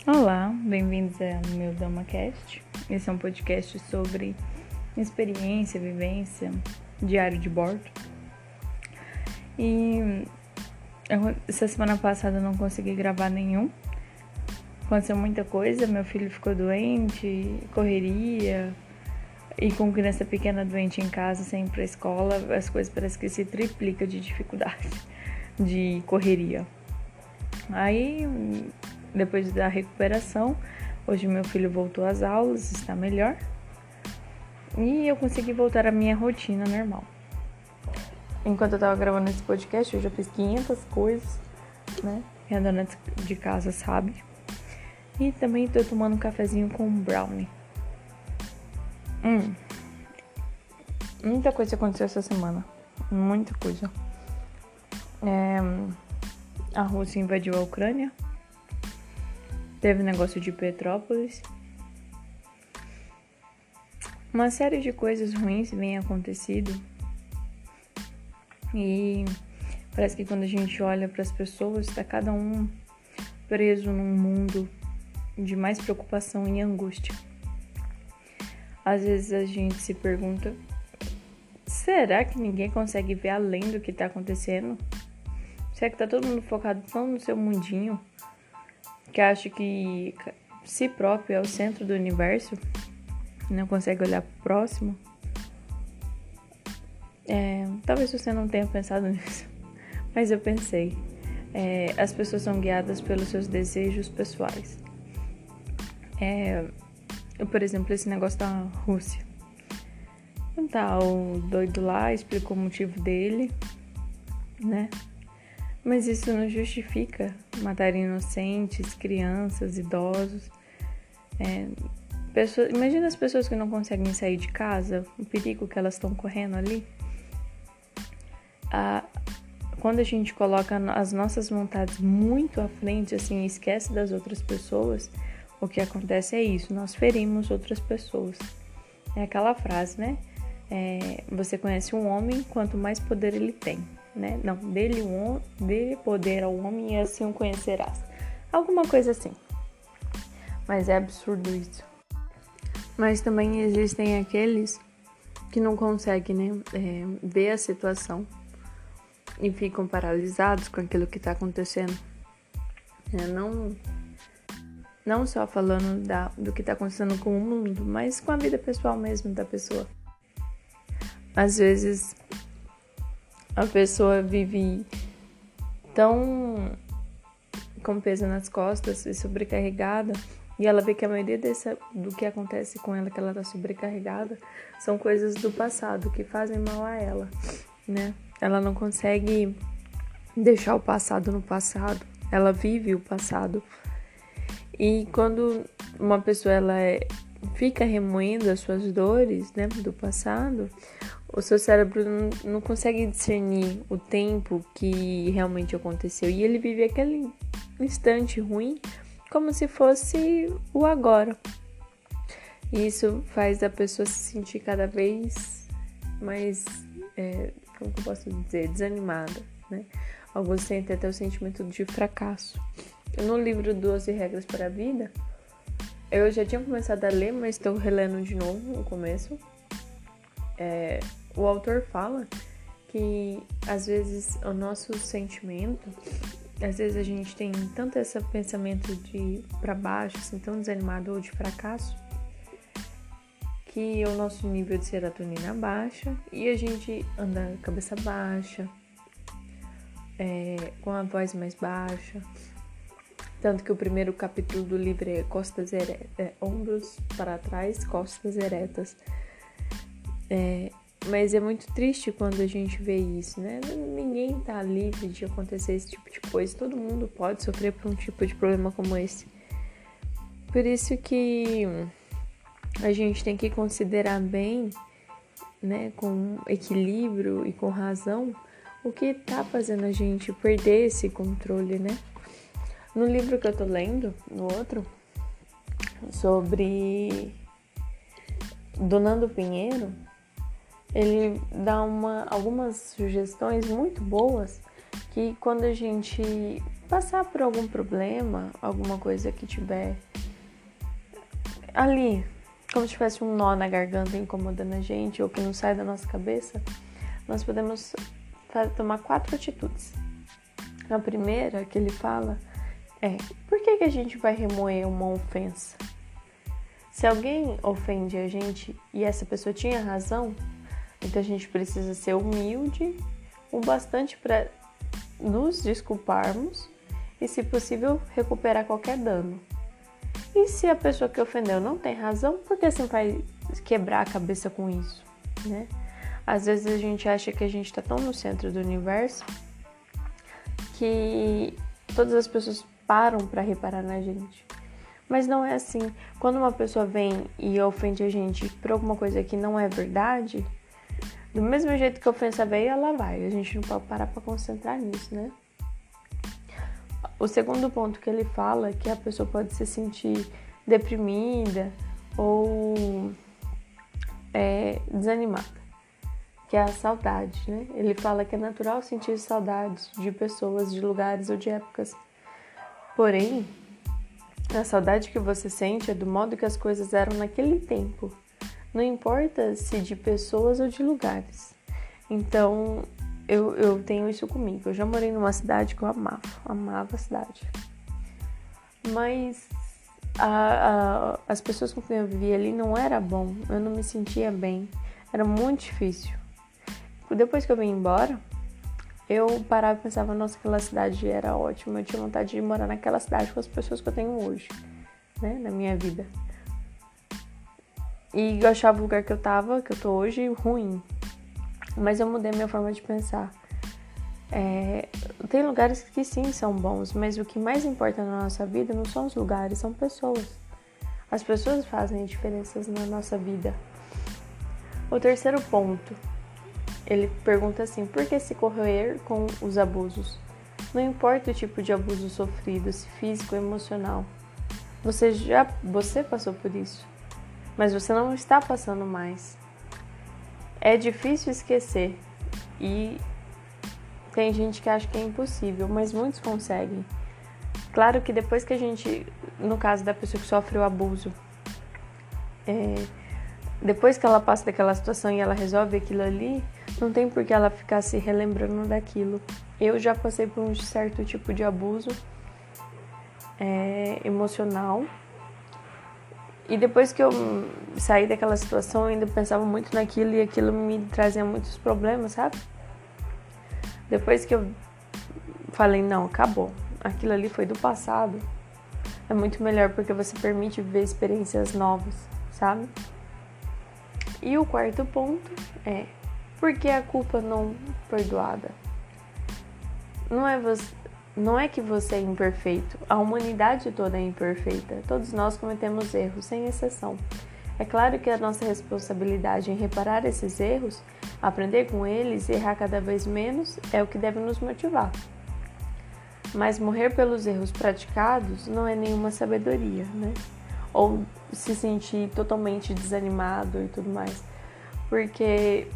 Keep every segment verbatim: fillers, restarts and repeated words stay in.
Olá, bem-vindos ao meu DamaCast. Esse é um podcast sobre experiência, vivência, diário de bordo. E eu, essa semana passada eu não consegui gravar nenhum. Aconteceu muita coisa, meu filho ficou doente, correria. E com criança pequena doente em casa, sem ir pra escola, as coisas parecem que se triplicam de dificuldade, de correria. Aí, depois da recuperação, hoje meu filho voltou às aulas, está melhor. E eu consegui voltar à minha rotina normal. Enquanto eu tava gravando esse podcast, eu já fiz quinhentas coisas, né? E a dona de casa sabe. E também tô tomando um cafezinho com brownie. Hum. Muita coisa aconteceu essa semana. Muita coisa. É, a Rússia invadiu a Ucrânia. Teve negócio de Petrópolis. Uma série de coisas ruins vem acontecido. E parece que quando a gente olha para as pessoas, está cada um preso num mundo de mais preocupação e angústia. Às vezes a gente se pergunta, será que ninguém consegue ver além do que está acontecendo? Será que tá todo mundo focado só no seu mundinho? Que acha que si próprio é o centro do universo? Não consegue olhar pro próximo? É, talvez você não tenha pensado nisso, mas eu pensei. É, as pessoas são guiadas pelos seus desejos pessoais. É, por exemplo, esse negócio da Rússia. Tá, o doido lá explicou o motivo dele, né? Mas isso não justifica matar inocentes, crianças, idosos. É, pessoas, imagina as pessoas que não conseguem sair de casa, o perigo que elas estão correndo ali. Ah, quando a gente coloca as nossas vontades muito à frente, assim, esquece das outras pessoas, o que acontece é isso, nós ferimos outras pessoas. É aquela frase, né? É, você conhece um homem, quanto mais poder ele tem. Né? Não, dele, um, dele poder ao homem e assim o conhecerás. Alguma coisa assim. Mas é absurdo isso. Mas também existem aqueles que não conseguem, né, é, ver a situação e ficam paralisados com aquilo que está acontecendo. É, não, não só falando da, do que está acontecendo com o mundo, mas com a vida pessoal mesmo da pessoa. Às vezes a pessoa vive tão com peso nas costas e sobrecarregada, e ela vê que a maioria desse, do que acontece com ela, que ela tá sobrecarregada, são coisas do passado que fazem mal a ela, né? Ela não consegue deixar o passado no passado, ela vive o passado. E quando uma pessoa ela é, fica remoendo as suas dores, né, do passado, o seu cérebro não, não consegue discernir o tempo que realmente aconteceu. E ele vive aquele instante ruim como se fosse o agora. E isso faz a pessoa se sentir cada vez mais, é, como que eu posso dizer, desanimada, né? Alguns sentem até o sentimento de fracasso. No livro doze Regras para a Vida, eu já tinha começado a ler, mas estou relendo de novo o começo. É, o autor fala que às vezes o nosso sentimento, às vezes a gente tem tanto esse pensamento de para baixo, assim, tão desanimado ou de fracasso, que o nosso nível de serotonina baixa e a gente anda cabeça baixa, é, com a voz mais baixa. Tanto que o primeiro capítulo do livro é costas eretas, é, ombros para trás, costas eretas. É, mas é muito triste quando a gente vê isso, né? Ninguém tá livre de acontecer esse tipo de coisa. Todo mundo pode sofrer por um tipo de problema como esse. Por isso que a gente tem que considerar bem, né, com equilíbrio e com razão, o que tá fazendo a gente perder esse controle, né? No livro que eu tô lendo, no outro, sobre do Nando Pinheiro, ele dá uma, algumas sugestões muito boas que quando a gente passar por algum problema, alguma coisa que tiver ali, como se tivesse um nó na garganta incomodando a gente ou que não sai da nossa cabeça, nós podemos tomar quatro atitudes. A primeira que ele fala é: por que que a gente vai remoer uma ofensa? Se alguém ofende a gente e essa pessoa tinha razão, então a gente precisa ser humilde o bastante para nos desculparmos e, se possível, recuperar qualquer dano. E se a pessoa que ofendeu não tem razão, por que você vai quebrar a cabeça com isso, né? Às vezes a gente acha que a gente está tão no centro do universo que todas as pessoas param para reparar na gente. Mas não é assim. Quando uma pessoa vem e ofende a gente por alguma coisa que não é verdade, do mesmo jeito que a ofensa veio, ela vai. A gente não pode parar para concentrar nisso, né? O segundo ponto que ele fala é que a pessoa pode se sentir deprimida ou é, desanimada, que é a saudade, né? Ele fala que é natural sentir saudades de pessoas, de lugares ou de épocas. Porém, a saudade que você sente é do modo que as coisas eram naquele tempo. Não importa se de pessoas ou de lugares. Então, eu, eu tenho isso comigo. Eu já morei numa cidade que eu amava. Amava a cidade. Mas a, a, as pessoas com quem eu vivia ali não era bom. Eu não me sentia bem. Era muito difícil. Depois que eu vim embora, eu parava e pensava: nossa, aquela cidade era ótima. Eu tinha vontade de morar naquela cidade com as pessoas que eu tenho hoje, né, na minha vida. E eu achava o lugar que eu tava, que eu tô hoje, ruim. Mas eu mudei a minha forma de pensar. É, tem lugares que sim são bons, mas o que mais importa na nossa vida não são os lugares, são pessoas. As pessoas fazem diferenças na nossa vida. O terceiro ponto, ele pergunta assim: por que se corroer com os abusos? Não importa o tipo de abuso sofrido, se físico ou emocional. Você já você passou por isso, mas você não está passando mais. É difícil esquecer e tem gente que acha que é impossível, mas muitos conseguem. Claro que depois que a gente, no caso da pessoa que sofre o abuso, é, depois que ela passa daquela situação e ela resolve aquilo ali, não tem por que ela ficar se relembrando daquilo. Eu já passei por um certo tipo de abuso é, emocional. E depois que eu saí daquela situação, eu ainda pensava muito naquilo e aquilo me trazia muitos problemas, sabe? Depois que eu falei: não, acabou. Aquilo ali foi do passado. É muito melhor porque você permite viver experiências novas, sabe? E o quarto ponto é: por que a culpa não perdoada? Não é, você, não é que você é imperfeito. A humanidade toda é imperfeita. Todos nós cometemos erros, sem exceção. É claro que a nossa responsabilidade em reparar esses erros, aprender com eles e errar cada vez menos é o que deve nos motivar. Mas morrer pelos erros praticados não é nenhuma sabedoria, né? Ou se sentir totalmente desanimado e tudo mais. Porque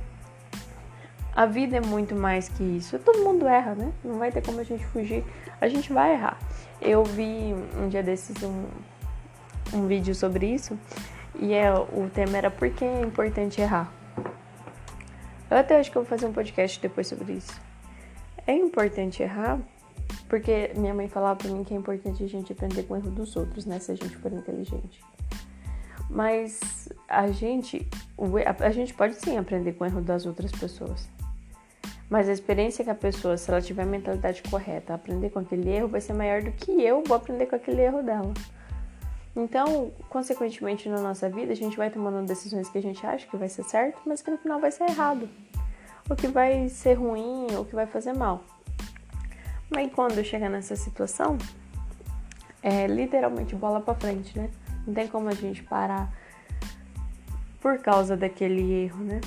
a vida é muito mais que isso. Todo mundo erra, né? Não vai ter como a gente fugir. A gente vai errar. Eu vi um dia desses um, um vídeo sobre isso. E é, o tema era: por que é importante errar? Eu até acho que eu vou fazer um podcast depois sobre isso. É importante errar porque minha mãe falava pra mim que é importante a gente aprender com o erro dos outros, né? Se a gente for inteligente. Mas a gente, a gente pode sim aprender com o erro das outras pessoas. Mas a experiência que a pessoa, se ela tiver a mentalidade correta, aprender com aquele erro, vai ser maior do que eu vou aprender com aquele erro dela. Então, consequentemente, na nossa vida, a gente vai tomando decisões que a gente acha que vai ser certo, mas que no final vai ser errado. Ou que vai ser ruim, ou que vai fazer mal. Mas quando chega nessa situação, é literalmente bola pra frente, né? Não tem como a gente parar por causa daquele erro, né?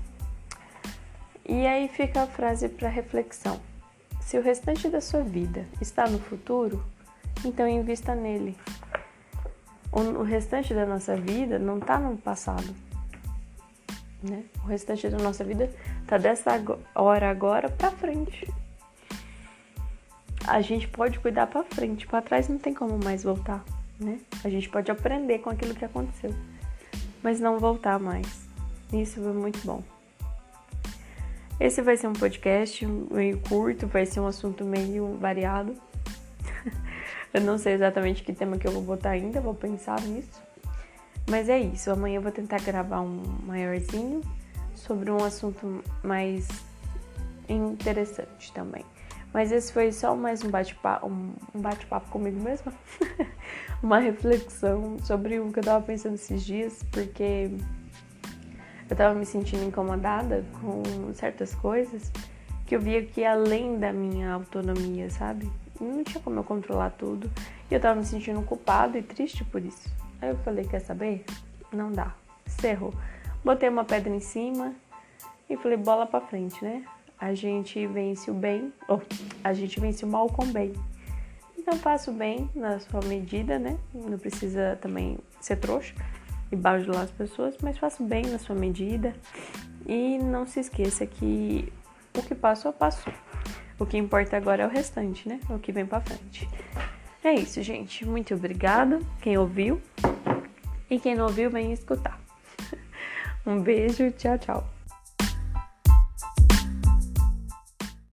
E aí fica a frase para reflexão: se o restante da sua vida está no futuro, então invista nele. O restante da nossa vida não está no passado, né? O restante da nossa vida está dessa hora agora para frente. a gente pode cuidar pra frente, pra trás não tem como mais voltar, né? A gente pode aprender com aquilo que aconteceu, mas não voltar mais. Isso é muito bom. Esse vai ser um podcast meio curto, vai ser um assunto meio variado. Eu não sei exatamente que tema que eu vou botar ainda, vou pensar nisso. Mas é isso, amanhã eu vou tentar gravar um maiorzinho sobre um assunto mais interessante também. Mas esse foi só mais um bate-papo, um bate-papo comigo mesma. Uma reflexão sobre o que eu tava pensando esses dias, porque eu tava me sentindo incomodada com certas coisas que eu via que além da minha autonomia, sabe? Não tinha como eu controlar tudo. E eu tava me sentindo culpada e triste por isso. Aí eu falei, quer saber? Não dá. Cerrou. Botei uma pedra em cima e falei, bola pra frente, né? A gente vence o bem, ou a gente vence o mal com o bem. Então faça o bem na sua medida, né? Não precisa também ser trouxa e bajular as pessoas, mas faça o bem na sua medida. E não se esqueça que o que passou, passou. O que importa agora é o restante, né? O que vem pra frente. É isso, gente. Muito obrigada. Quem ouviu. E quem não ouviu, vem escutar. Um beijo. Tchau, tchau.